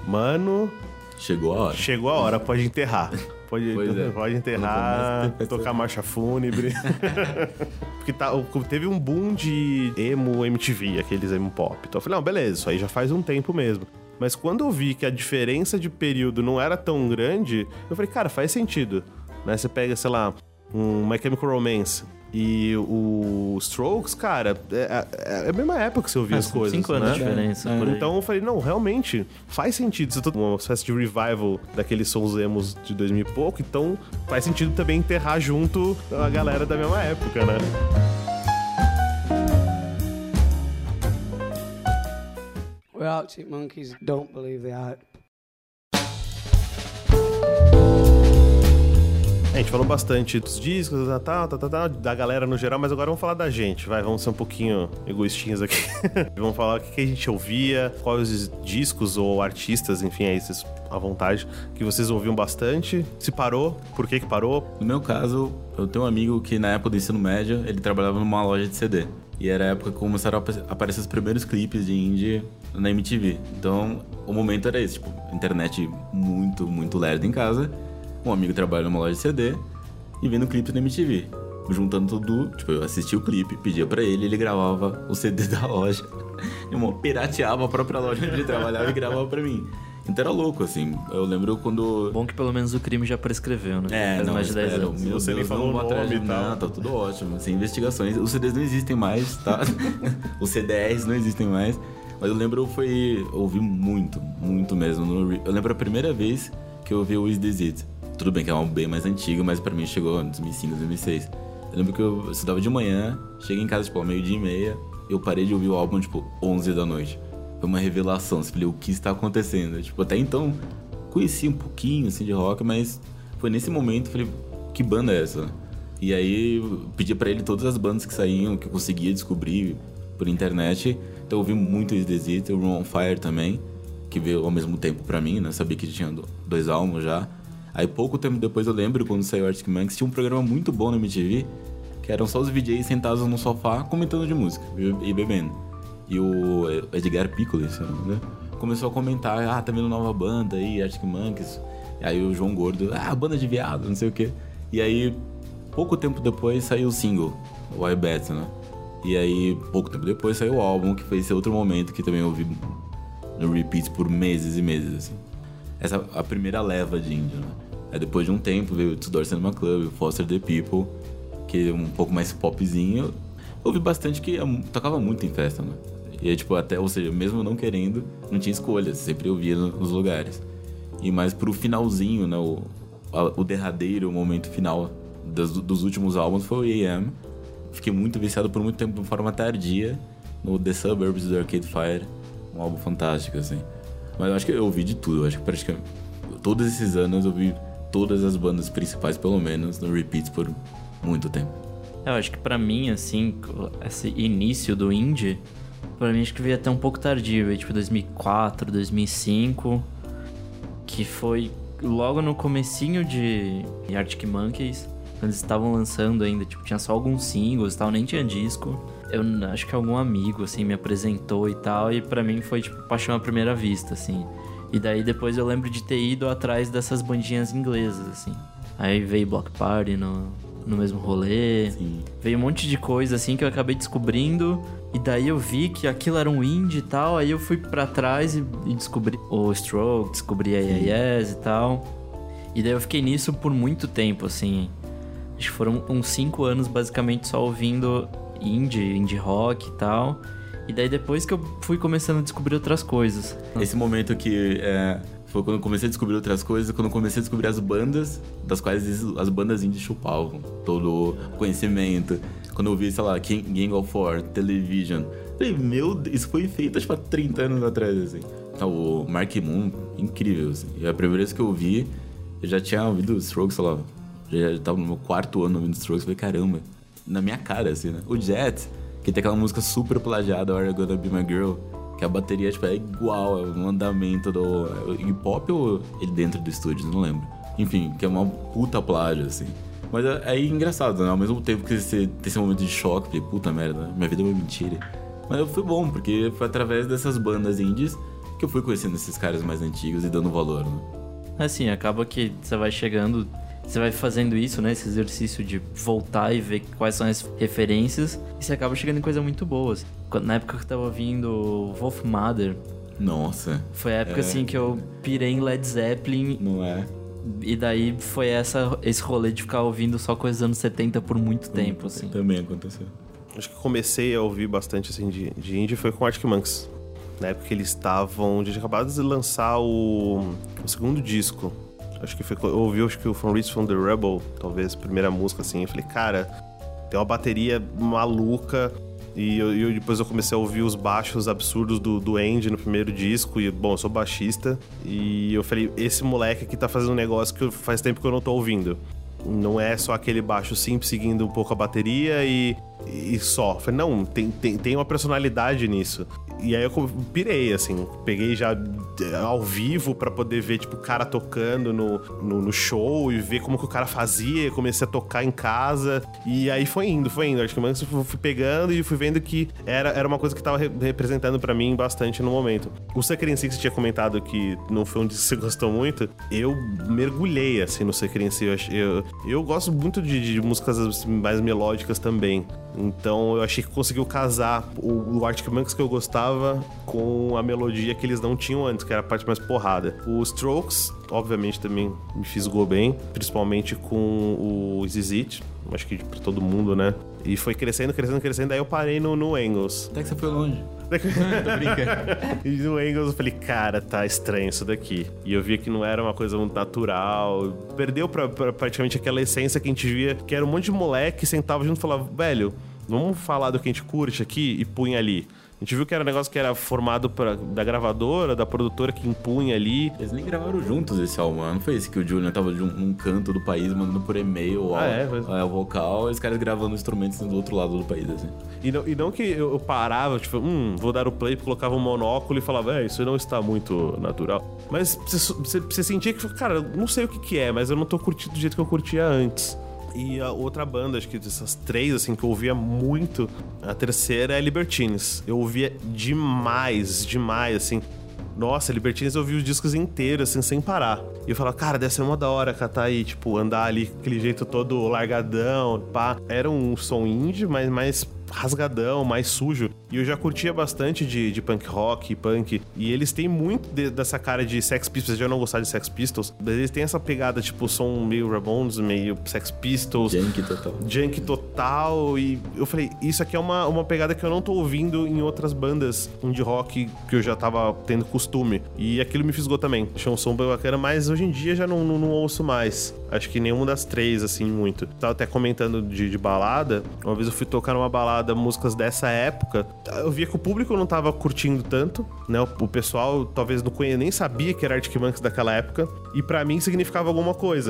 mano, Chegou a hora. chegou a hora, pode enterrar. Pode, Pois é. pode Não enterrar, começa a ter tocar festa. marcha fúnebre. Porque tá, teve um boom de emo M T V, aqueles emo pop. Então eu falei, não, beleza, isso aí já faz um tempo mesmo. Mas quando eu vi que a diferença de período não era tão grande, eu falei, cara, faz sentido. Né? Você pega, sei lá, um My Chemical Romance e o Strokes, cara, é, é, é a mesma época que você ouvia as coisas, Cinco anos né? de diferença. por aí. Então eu falei, não, realmente faz sentido. Você tá uma espécie de revival daqueles sons emos de dois mil e pouco, então faz sentido também enterrar junto a galera da mesma época, né? We Arctic Monkeys don't believe the hype. A gente falou bastante dos discos, tal, tal, tal, tal, da galera no geral, mas agora vamos falar da gente, vai, vamos ser um pouquinho egoístinhos aqui. Vamos falar o que que a gente ouvia, quais os discos ou artistas, enfim, aí vocês à vontade, que vocês ouviam bastante, se parou, por que que parou? No meu caso, eu tenho um amigo que na época do ensino médio, ele trabalhava numa loja de C D. E era a época que começaram a ap- aparecer os primeiros clipes de indie na M T V. Então, o momento era esse, tipo, internet muito, muito lerda em casa. Um amigo trabalha numa loja de C D e vendo clipes na M T V. Juntando tudo, tipo, eu assistia o clipe, pedia pra ele, ele gravava o C D da loja. Eu pirateava a própria loja onde ele trabalhava e gravava pra mim. Então era louco, assim. Eu lembro quando... Bom que pelo menos o crime já prescreveu, né? É, Faz não, mais de dez espero. anos. Meu Você nem Deus, falou não o vou atrás de... nome e tal. Não, tá tudo ótimo. Sem investigações. Os C Ds não existem mais, tá? Os C D Rs não existem mais. Mas eu lembro, foi... Eu ouvi muito, muito mesmo. No... Eu lembro a primeira vez que eu ouvi o Is This It. Tudo bem que é um bem mais antigo, mas pra mim chegou em dois mil e cinco, dois mil e seis. Eu lembro que eu estudava de manhã, cheguei em casa, tipo, ao meio-dia e meia. Eu parei de ouvir o álbum, tipo, onze da noite. Foi uma revelação. Eu falei, o que está acontecendo? Tipo, até então... Conheci um pouquinho, assim, de rock, mas foi nesse momento, falei, que banda é essa? E aí, eu pedi pra ele todas as bandas que saíam, que eu conseguia descobrir por internet. Então, eu ouvi muito Is This It, o Room on Fire também, que veio ao mesmo tempo pra mim, né? Sabia que tinha dois álbuns já. Aí, pouco tempo depois, eu lembro, quando saiu Arctic Monkeys, tinha um programa muito bom na M T V, que eram só os V Js sentados no sofá, comentando de música e bebendo. E o Edgar Piccoli, se não me engano, começou a comentar, ah, tá vendo nova banda aí, Arctic Monkeys. E aí o João Gordo, ah, banda de viado, não sei o quê. E aí, pouco tempo depois, saiu o single, o I Bet, né? E aí, pouco tempo depois, saiu o álbum, que foi esse outro momento que também eu ouvi no repeat por meses e meses, assim. Essa é a primeira leva de indie, né? Aí depois de um tempo veio o Tudor Cinema Club, o Foster the People, que é um pouco mais popzinho. Eu ouvi bastante que tocava muito em festa, né? E aí, tipo, até, ou seja, mesmo não querendo, não tinha escolha, sempre ouvia nos lugares. E mais pro finalzinho, né, o, a, o derradeiro, o momento final das, dos últimos álbuns foi o A M. Fiquei muito viciado por muito tempo de forma tardia no The Suburbs do Arcade Fire, um álbum fantástico, assim. Mas eu acho que eu ouvi de tudo, eu acho que praticamente todos esses anos eu ouvi todas as bandas principais, pelo menos, no repeat por muito tempo. Eu acho que pra mim, assim, esse início do indie, pra mim acho que veio até um pouco tardio, veio tipo dois mil e quatro, dois mil e cinco, que foi logo no comecinho de Arctic Monkeys, quando eles estavam lançando ainda, tipo, tinha só alguns singles e tal, nem tinha disco. Eu acho que algum amigo, assim, me apresentou e tal, e pra mim foi, tipo, paixão à primeira vista, assim. E daí depois eu lembro de ter ido atrás dessas bandinhas inglesas, assim. Aí veio Block Party no, no mesmo rolê. Sim. Veio um monte de coisa, assim, que eu acabei descobrindo. E daí eu vi que aquilo era um indie e tal. Aí eu fui pra trás e, e descobri o Stroke, descobri a Yes e tal. E daí eu fiquei nisso por muito tempo, assim. Acho que foram uns cinco anos, basicamente, só ouvindo indie, indie rock e tal. E daí depois que eu fui começando a descobrir outras coisas. Esse momento que é, foi quando eu comecei a descobrir outras coisas, quando eu comecei a descobrir as bandas, das quais as bandas indie chupavam todo o conhecimento. Quando eu vi, sei lá, Gang of Four, Television. Falei, meu Deus, isso foi feito, acho, há trinta anos atrás, assim. Então, o Mark Moon, incrível, assim. E a primeira vez que eu vi, eu já tinha ouvido Strokes, sei lá, já tava no meu quarto ano ouvindo Strokes. Falei, caramba, na minha cara, assim, né? O Jet, que tem aquela música super plagiada, Are You Gonna Be My Girl, que a bateria, tipo, é igual, é um andamento do hip hop ou ele dentro do estúdio, não lembro. Enfim, que é uma puta plágio, assim. Mas é, é engraçado, né? Ao mesmo tempo que você tem esse momento de choque, falei, puta merda, minha vida é uma mentira. Mas foi bom, porque foi através dessas bandas indies que eu fui conhecendo esses caras mais antigos e dando valor, né? Assim, acaba que você vai chegando, você vai fazendo isso, né? Esse exercício de voltar e ver quais são as referências, e você acaba chegando em coisas muito boas. Na época que eu tava ouvindo Wolf Mother, nossa. foi a época, é... assim, que eu pirei em Led Zeppelin. Não é? E daí foi essa, esse rolê de ficar ouvindo só coisas dos anos setenta por muito hum, tempo, assim. Também aconteceu. Acho que comecei a ouvir bastante, assim, de, de indie foi com Arctic Monkeys. Na época que eles estavam... Eles acabaram de lançar o, o segundo disco. Acho que foi... Eu ouvi, acho que o From Reach From The Rebel, talvez, a primeira música, assim. Eu falei, cara, tem uma bateria maluca. E eu, eu, depois eu comecei a ouvir os baixos absurdos do, do Andy no primeiro disco. E, bom, eu sou baixista. E eu falei, esse moleque aqui tá fazendo um negócio que faz tempo que eu não tô ouvindo. Não é só aquele baixo simples seguindo um pouco a bateria e, e só. Eu falei, não, tem, tem, tem uma personalidade nisso. E aí eu pirei, assim, peguei já ao vivo pra poder ver, tipo, o cara tocando no, no, no show e ver como que o cara fazia. Comecei a tocar em casa e aí foi indo, foi indo. Acho que eu fui pegando e fui vendo que era, era uma coisa que tava re- representando pra mim bastante no momento. O Sucker N C que você tinha comentado que não foi um disco que você gostou muito, eu mergulhei, assim, no Sucker N C. Eu, eu, eu gosto muito de, de músicas mais melódicas também. Então eu achei que conseguiu casar o, o Arctic Monkeys que eu gostava com a melodia que eles não tinham antes, que era a parte mais porrada. O Strokes, obviamente, também me fisgou bem, principalmente com o Z Z It, acho que pra todo mundo, né? E foi crescendo, crescendo, crescendo, aí eu parei no, no Angles. Até que você foi longe. Tô brincando. E no Angles eu falei, cara, tá estranho isso daqui. E eu via que não era uma coisa muito natural. Perdeu pra, pra praticamente aquela essência que a gente via, que era um monte de moleque que sentava junto e falava, velho, vamos falar do que a gente curte aqui e punha ali. A gente viu que era um negócio que era formado pra, da gravadora, da produtora que impunha ali. Eles nem gravaram juntos esse álbum, não foi esse que o Julian tava de um, num canto do país, mandando por e-mail ah, é, o vocal, e os caras gravando instrumentos do outro lado do país, assim. E não, e não que eu parava, tipo, hum, vou dar o play, colocava um monóculo e falava, é, isso não está muito natural. Mas você, você, você sentia que, cara, não sei o que que é, mas eu não tô curtindo do jeito que eu curtia antes. E a outra banda, acho que dessas três, assim, que eu ouvia muito, a terceira é Libertines. Eu ouvia demais, demais, assim. Nossa, Libertines eu ouvi os discos inteiros, assim, sem parar. E eu falava, cara, deve ser uma da hora catar aí, tipo, andar ali com aquele jeito todo largadão, pá. Era um som indie, mas mais rasgadão, mais sujo. E eu já curtia bastante de, de punk rock, punk. E eles têm muito de, dessa cara de Sex Pistols. Eu já não gostava de Sex Pistols, mas eles têm essa pegada, tipo, som meio Ramones, meio Sex Pistols. Junk total. Junk total. E eu falei, isso aqui é uma, uma pegada que eu não tô ouvindo em outras bandas indie rock que eu já tava tendo costume. E aquilo me fisgou também. Achei um som bem bacana, mas hoje em dia já não, não, não ouço mais. Acho que nenhuma das três, assim, muito. Tava até comentando de, de balada. Uma vez eu fui tocar numa balada músicas dessa época, eu via que o público não tava curtindo tanto, né? O, o pessoal talvez não conhecia, nem sabia que era Arctic Monkeys daquela época, e pra mim significava alguma coisa.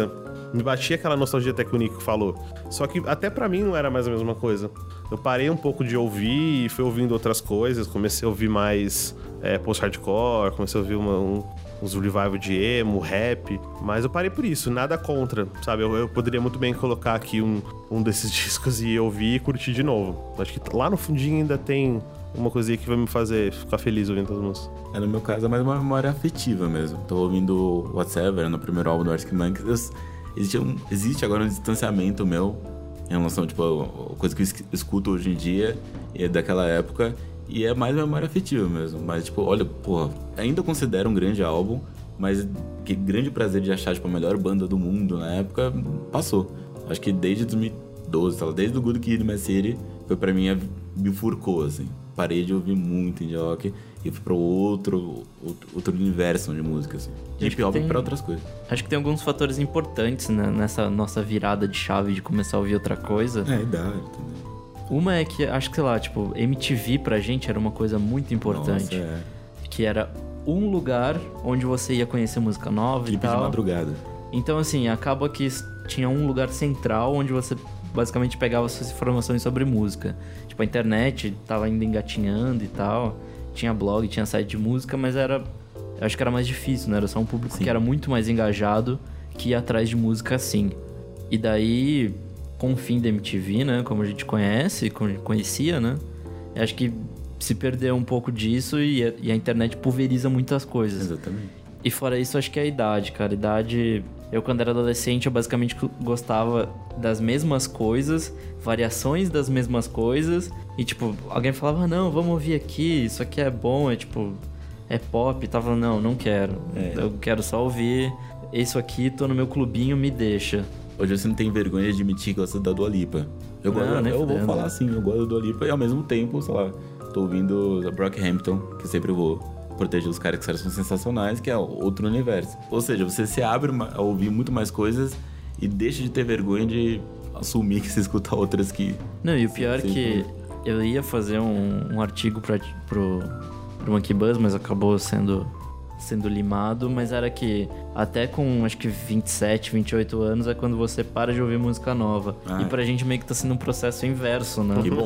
me batia aquela nostalgia até que o Nico falou. Só que até pra mim não era mais a mesma coisa. Eu parei um pouco de ouvir e fui ouvindo outras coisas. Comecei a ouvir mais é, post-hardcore, comecei a ouvir uma, um, uns revival de emo, rap. Mas eu parei por isso, nada contra, sabe? Eu, eu poderia muito bem colocar aqui um, um desses discos e ouvir e curtir de novo. Acho que lá no fundinho ainda tem uma coisinha que vai me fazer ficar feliz ouvindo as músicas. É, no meu caso é mais uma memória afetiva mesmo. Tô ouvindo Whatever no primeiro álbum do Arctic Monkeys. Existe, um, existe agora um distanciamento meu em relação, tipo, a coisa que eu escuto hoje em dia e é daquela época. E é mais memória afetiva mesmo. Mas, tipo, olha, porra, ainda considero um grande álbum, mas que grande prazer de achar, tipo, a melhor banda do mundo na época passou. Acho que desde dois mil e doze, tá? Desde o Good Kid, Mad City, foi pra mim, bifurcou, assim. Parei de ouvir muito indie rock e fui pra outro, outro, outro universo de música, assim. Hip hop tem... pra outras coisas. Acho que tem alguns fatores importantes, né, nessa nossa virada de chave de começar a ouvir outra coisa. É, a idade também. Uma é que, acho que, sei lá, tipo, M T V pra gente era uma coisa muito importante. Nossa, é. Que era um lugar onde você ia conhecer música nova Clipe e tal. de madrugada. Então, assim, acaba que tinha um lugar central onde você basicamente pegava suas informações sobre música. Tipo, a internet tava ainda engatinhando e tal. Tinha blog, tinha site de música, mas era... Eu acho que era mais difícil, né? Era só um público Sim. que era muito mais engajado que ia atrás de música assim. E daí, com o fim da M T V, né? Como a gente conhece, conhecia, né? Eu acho que se perdeu um pouco disso e a, e a internet pulveriza muitas coisas. Exatamente. E fora isso, acho que é a idade, cara. A idade... Eu, quando era adolescente, eu basicamente gostava das mesmas coisas, variações das mesmas coisas. E, tipo, alguém falava, não, vamos ouvir aqui, isso aqui é bom, é, tipo, é pop. E tava, não, não quero. É. Eu quero só ouvir isso aqui, tô no meu clubinho, me deixa. Hoje você não tem vergonha de admitir que gosta da Dua Lipa. Eu, não, gosto, nem eu vou fudendo. falar assim, eu gosto da Dua Lipa e ao mesmo tempo, sei lá, tô ouvindo a Brockhampton, que sempre vou proteger os caras que são sensacionais, que é outro universo. Ou seja, você se abre a ouvir muito mais coisas e deixa de ter vergonha de assumir que você escuta outras que... Não, e o pior é que eu ia fazer um, um artigo pra, pro, pro Monkey Buzz, mas acabou sendo, sendo limado, mas era que até com, acho que vinte e sete, vinte e oito anos é quando você para de ouvir música nova. Ah, e pra gente meio que tá sendo um processo inverso, né? Que bom.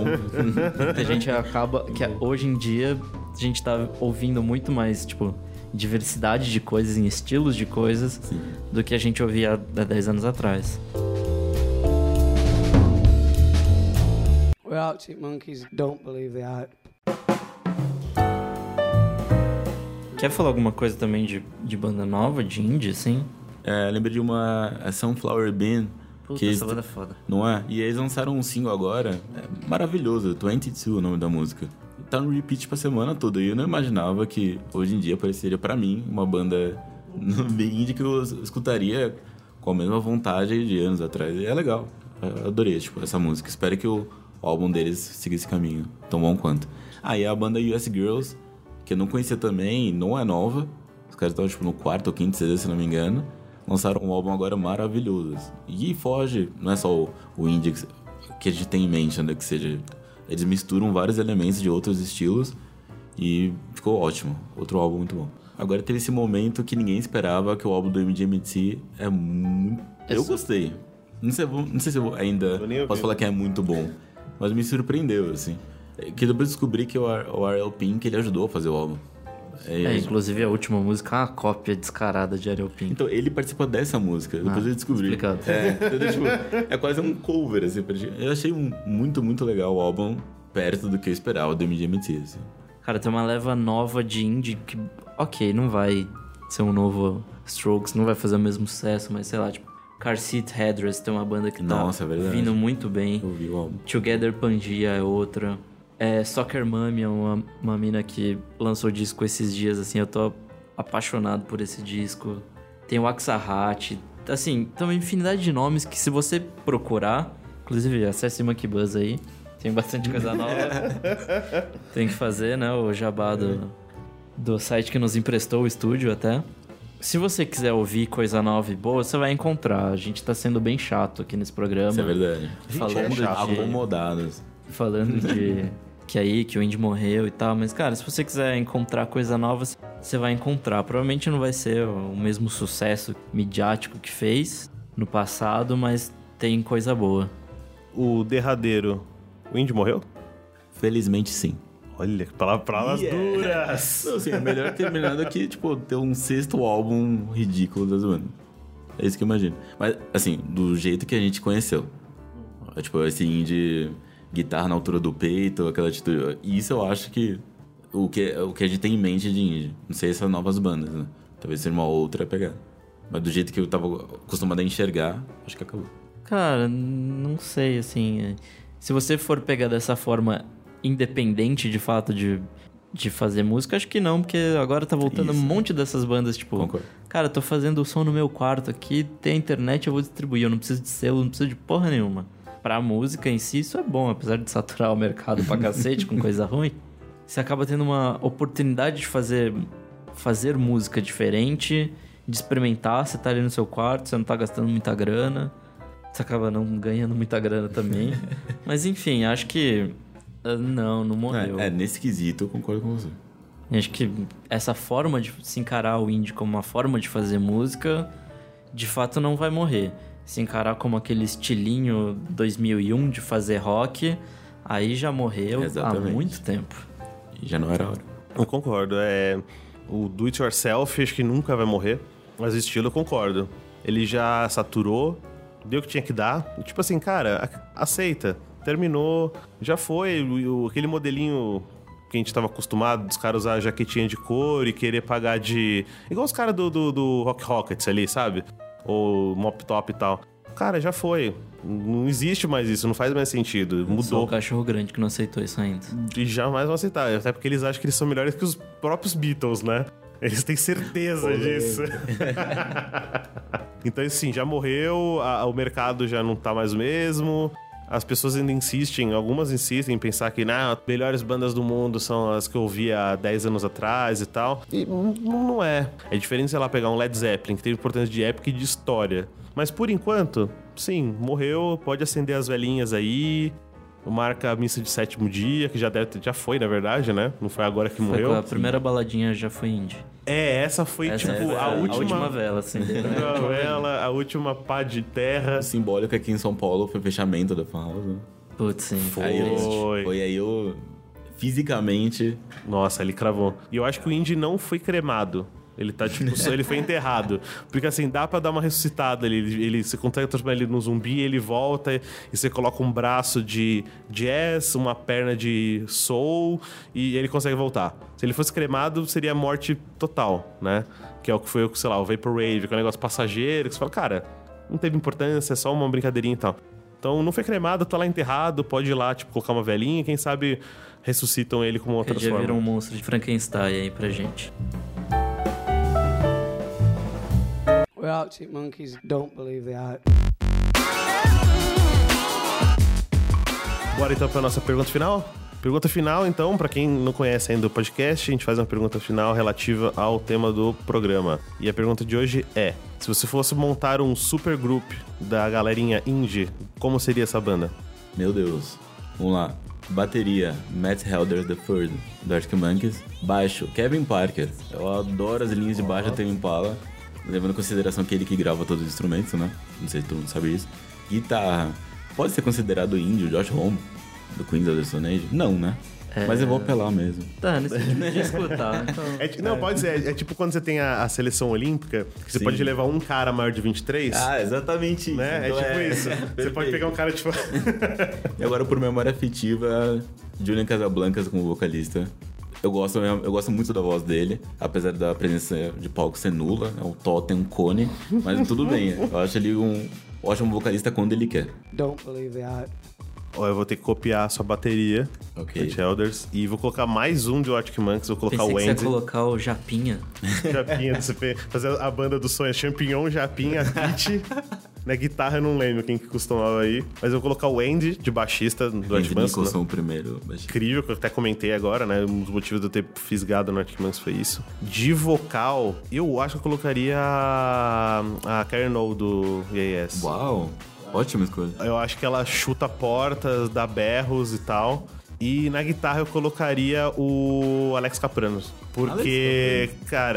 A gente acaba... que hoje em dia... A gente tá ouvindo muito mais, tipo, diversidade de coisas, em estilos de coisas, Sim. do que a gente ouvia há dez anos atrás. We're Arctic Monkeys, don't believe the hype. Quer falar alguma coisa também de, de banda nova, de indie, assim? É, lembro de uma a Sunflower Bean. Puta, que essa eles, banda é foda. Não é? E eles lançaram um single agora, é maravilhoso, vinte e dois o nome da música. Tá no repeat pra semana toda. E eu não imaginava que hoje em dia pareceria pra mim uma banda bem indie que eu escutaria com a mesma vontade de anos atrás. E é legal. Eu adorei, tipo, essa música. Espero que o álbum deles siga esse caminho tão bom quanto. Ah, e a banda U S Girls, que eu não conhecia também, não é nova. Os caras estão, tipo, no quarto ou quinto C D, se não me engano. Lançaram um álbum agora maravilhoso. E foge, não é só o, o indie que a gente tem em mente, né? Que seja... Eles misturam vários elementos de outros estilos e ficou ótimo. Outro álbum muito bom. Agora teve esse momento que ninguém esperava, que o álbum do M G M T é muito... Eu gostei. Não sei, não sei se eu ainda eu posso falar que é muito bom, mas me surpreendeu, assim. Que depois descobri que o R L Pink, ele ajudou a fazer o álbum. É, é, inclusive a última música é uma cópia descarada de R L Pink. Então, ele participa dessa música, depois ah, eu descobri. Explicado. É, então, tipo, é quase um cover, assim. Eu achei um, muito, muito legal o álbum, perto do que eu esperava do M G M T, assim. Cara, tem uma leva nova de indie que, ok, não vai ser um novo Strokes, não vai fazer o mesmo sucesso, mas sei lá, tipo, Car Seat Headrest tem uma banda que Nossa, tá é vindo muito bem. Eu vi o álbum. Together Pangaea é outra. É, Soccer Mommy é uma, uma mina que lançou disco esses dias, assim, eu tô apaixonado por esse disco. Tem o Axahat, assim, tem uma infinidade de nomes que se você procurar, inclusive acesse o Monkey Buzz aí, tem bastante coisa nova. Tem que fazer, né, o jabá do, do site que nos emprestou o estúdio até. Se você quiser ouvir coisa nova e boa, você vai encontrar. A gente tá sendo bem chato aqui nesse programa. Isso é verdade. Falando é de... acomodados. Falando de... que aí, que o Indy morreu e tal. Mas, cara, se você quiser encontrar coisa nova, você vai encontrar. Provavelmente não vai ser o mesmo sucesso midiático que fez. no passado, mas tem coisa boa. O derradeiro, o Indy morreu? Felizmente, sim. Olha, palavras Yeah. duras. Não, assim, é melhor terminar do que, tipo, ter um sexto álbum ridículo das bandas. É isso que eu imagino. Mas, assim, do jeito que a gente conheceu. Tipo, esse indie, guitarra na altura do peito, aquela atitude. E isso eu acho que o que, o que a gente tem em mente de indie. Não sei se são novas bandas, né? Talvez seja uma outra pegada. Mas do jeito que eu tava acostumado a enxergar, acho que acabou. Cara, não sei, assim... Se você for pegar dessa forma independente, de fato, de, de fazer música, acho que não, porque agora tá voltando Isso. um monte dessas bandas, tipo... Concordo. Cara, tô fazendo o som no meu quarto aqui, tem internet, eu vou distribuir, eu não preciso de selo, não preciso de porra nenhuma. Pra música em si, isso é bom, apesar de saturar o mercado pra cacete com coisa ruim. Você acaba tendo uma oportunidade de fazer, fazer música diferente, de experimentar, você tá ali no seu quarto, você não tá gastando muita grana, você acaba não ganhando muita grana também. Mas enfim, acho que... uh, Não, não morreu. É, é, nesse quesito eu concordo com você. Acho que essa forma de se encarar o indie como uma forma de fazer música, de fato não vai morrer. Se encarar como aquele estilinho dois mil e um de fazer rock, aí já morreu Exatamente. há muito tempo. E já não era hora. Eu concordo. É, o do it yourself acho que nunca vai morrer, mas o estilo eu concordo. Ele já saturou, deu o que tinha que dar. Tipo assim, cara, aceita. Terminou, já foi. O, o, aquele modelinho que a gente tava acostumado dos caras usar jaquetinha de couro e querer pagar de... Igual os caras do, do, do Rock Rockets ali, sabe? Ou Mop Top e tal. Cara, já foi. Não existe mais isso, não faz mais sentido. Sou o Mudou. cachorro grande que não aceitou isso ainda. E jamais vão aceitar. Até porque eles acham que eles são melhores que os próprios Beatles, né? Eles têm certeza disso. Então, assim, já morreu, a, o mercado já não tá mais o mesmo. As pessoas ainda insistem, algumas insistem em pensar que nah, as melhores bandas do mundo são as que eu ouvia há dez anos atrás e tal. E não, não é. É diferente, sei lá, pegar um Led Zeppelin, que teve importância de época e de história. Mas por enquanto, sim, morreu, pode acender as velhinhas aí. Marca a missa de sétimo dia, que já deve ter, já foi, na verdade, né? Não foi agora que Foi morreu. a primeira baladinha já foi indie. É, essa foi, Essa tipo, é a, última... a última vela, assim. a vela, a última pá de terra. O simbólico aqui em São Paulo foi o fechamento da Fan House, né? Putz, sim. Aí eu, Foi. foi aí eu, fisicamente... Nossa, ele cravou. E eu acho que o Indy não foi cremado. Ele tá, tipo, só- ele foi enterrado. Porque, assim, dá pra dar uma ressuscitada ali. Ele, ele, você consegue transformar ele num zumbi, ele volta e você coloca um braço de jazz, uma perna de soul e ele consegue voltar. Se ele fosse cremado, seria morte total, né? Que é o que foi, sei lá, o Vaporwave, que é um negócio passageiro, que você fala, cara, não teve importância, é só uma brincadeirinha e tal. Então, não foi cremado, tá lá enterrado, pode ir lá, tipo, colocar uma velhinha, quem sabe ressuscitam ele com outra Qualquer dia forma. vira um monstro de Frankenstein aí pra gente. We're Arctic Monkeys, don't believe the hype. Bora então pra nossa pergunta final? Pergunta final, então, pra quem não conhece ainda o podcast, a gente faz uma pergunta final relativa ao tema do programa. E a pergunta de hoje é: se você fosse montar um super group da galerinha indie, como seria essa banda? Meu Deus. Vamos lá. Bateria, Matt Helder the third, do Arctic Monkeys. Baixo, Kevin Parker. Eu adoro as linhas de baixo do Tame Impala. Levando em consideração que ele que grava todos os instrumentos, né? Não sei se todo mundo sabe isso. Guitarra. Pode ser considerado índio, Josh Homme, do Queens of the Stone Age? Não, né? É... Mas eu vou apelar mesmo. Tá, nesse tipo de escutar. Então... É, ti- não, pode ser. É, é tipo quando você tem a, a seleção olímpica, que você Sim. pode levar um cara maior de vinte e três. Ah, exatamente isso. Né? É Então tipo isso. Você pode pegar um cara tipo. E agora, por memória afetiva, Julian Casablancas como vocalista. Eu gosto, eu gosto muito da voz dele, apesar da presença de palco ser nula, é um totem, um cone, mas tudo bem. Eu acho ele um ótimo vocalista quando ele quer. Don't believe the hype. Ó, eu vou ter que copiar a sua bateria, Ok. Matt Helders, e vou colocar mais um de Arctic Monkeys, vou colocar Pensei o que você ia Andy. colocar o Japinha. Japinha do C P, fazer a banda do sonho, Champignon, Japinha, Pitch. Na guitarra eu não lembro quem que costumava aí, mas eu vou colocar o Andy de baixista do Andy Arctic Monkeys. Nicholson, Né? o primeiro baixista. Incrível, que eu até comentei agora, né? Um dos motivos de eu ter fisgado no Arctic Monkeys foi isso. De vocal, eu acho que eu colocaria a, a Karen O do E A S. Uau, ótima escolha. Eu acho que ela chuta portas, dá berros e tal. E na guitarra eu colocaria o Alex Capranos. Porque, cara,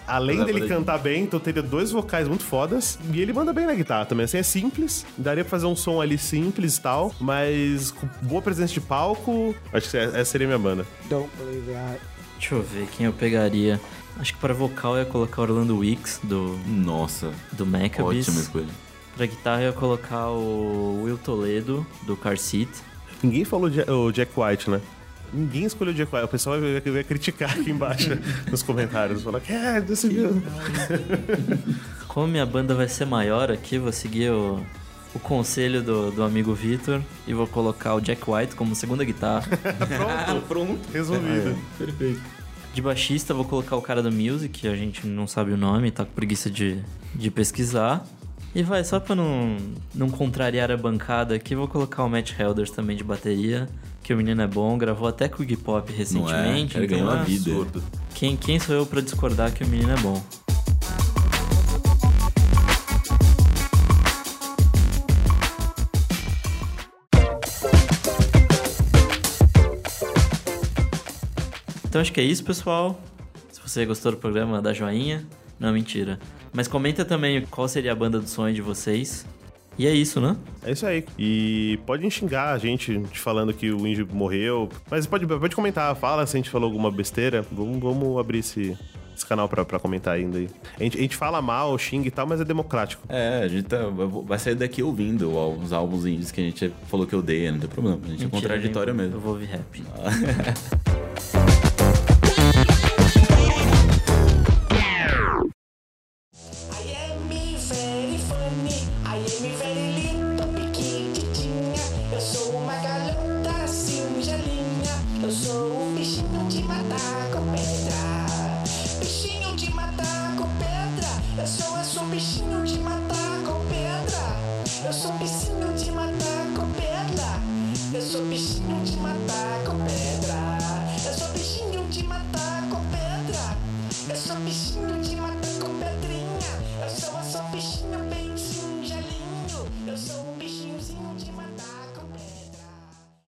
além Mas dele agora- cantar bem, então teria dois vocais muito fodas. E ele manda bem na guitarra também. Assim, é simples. Daria pra fazer um som ali simples e tal. Mas com boa presença de palco. Acho que essa seria a minha banda. Don't believe the hype. Deixa eu ver quem eu pegaria. Acho que pra vocal eu ia colocar Orlando Weeks, do, Nossa, do Maccabees. ótima escolha. Pra guitarra eu ia colocar o Will Toledo, do Car Seat. Ninguém falou de- o Jack White, né? Ninguém escolheu o Jack White. O pessoal vai, vai criticar aqui embaixo nos comentários. Falar que é, decidiu. Como minha banda vai ser maior aqui, vou seguir o, o conselho do, do amigo Vitor e vou colocar o Jack White como segunda guitarra. Pronto, pronto. Resolvido. Perfeito. De baixista, vou colocar o cara do Music, que a gente não sabe o nome, tá com preguiça de, de pesquisar. E vai, só pra não, não contrariar a bancada aqui, vou colocar o Matt Helders também de bateria, que o menino é bom, gravou até com o Iggy Pop recentemente. Ele ganhou então, uma é, vida. Absurdo. Quem, quem sou eu pra discordar que o menino é bom? Então acho que é isso, pessoal. Se você gostou do programa, dá joinha. Não, mentira. Mas comenta também qual seria a banda do sonho de vocês. E é isso, né? É isso aí. E pode xingar a gente te falando que o Indy morreu. Mas pode, pode comentar, fala se a gente falou alguma besteira. Vamos, vamos abrir esse, esse canal pra, pra comentar ainda aí. A gente, a gente fala mal, xinga e tal, mas é democrático. É, a gente tá, vai sair daqui ouvindo os álbuns indies que a gente falou que odeia, não tem problema. A gente Mentira, é contraditório eu- mesmo. Eu vou ouvir rap. I am me very funny, I am me very lindo, pequitinha. Eu sou uma garota singelinha, eu sou um bichinho de matar com pedra. Bichinho de matar com pedra, eu sou, eu sou bichinho de matar com pedra. Eu sou bichinho de matar com pedra. Eu sou bichinho de matar com pedra. Eu sou bichinho de matar com pedra. Eu sou bichinho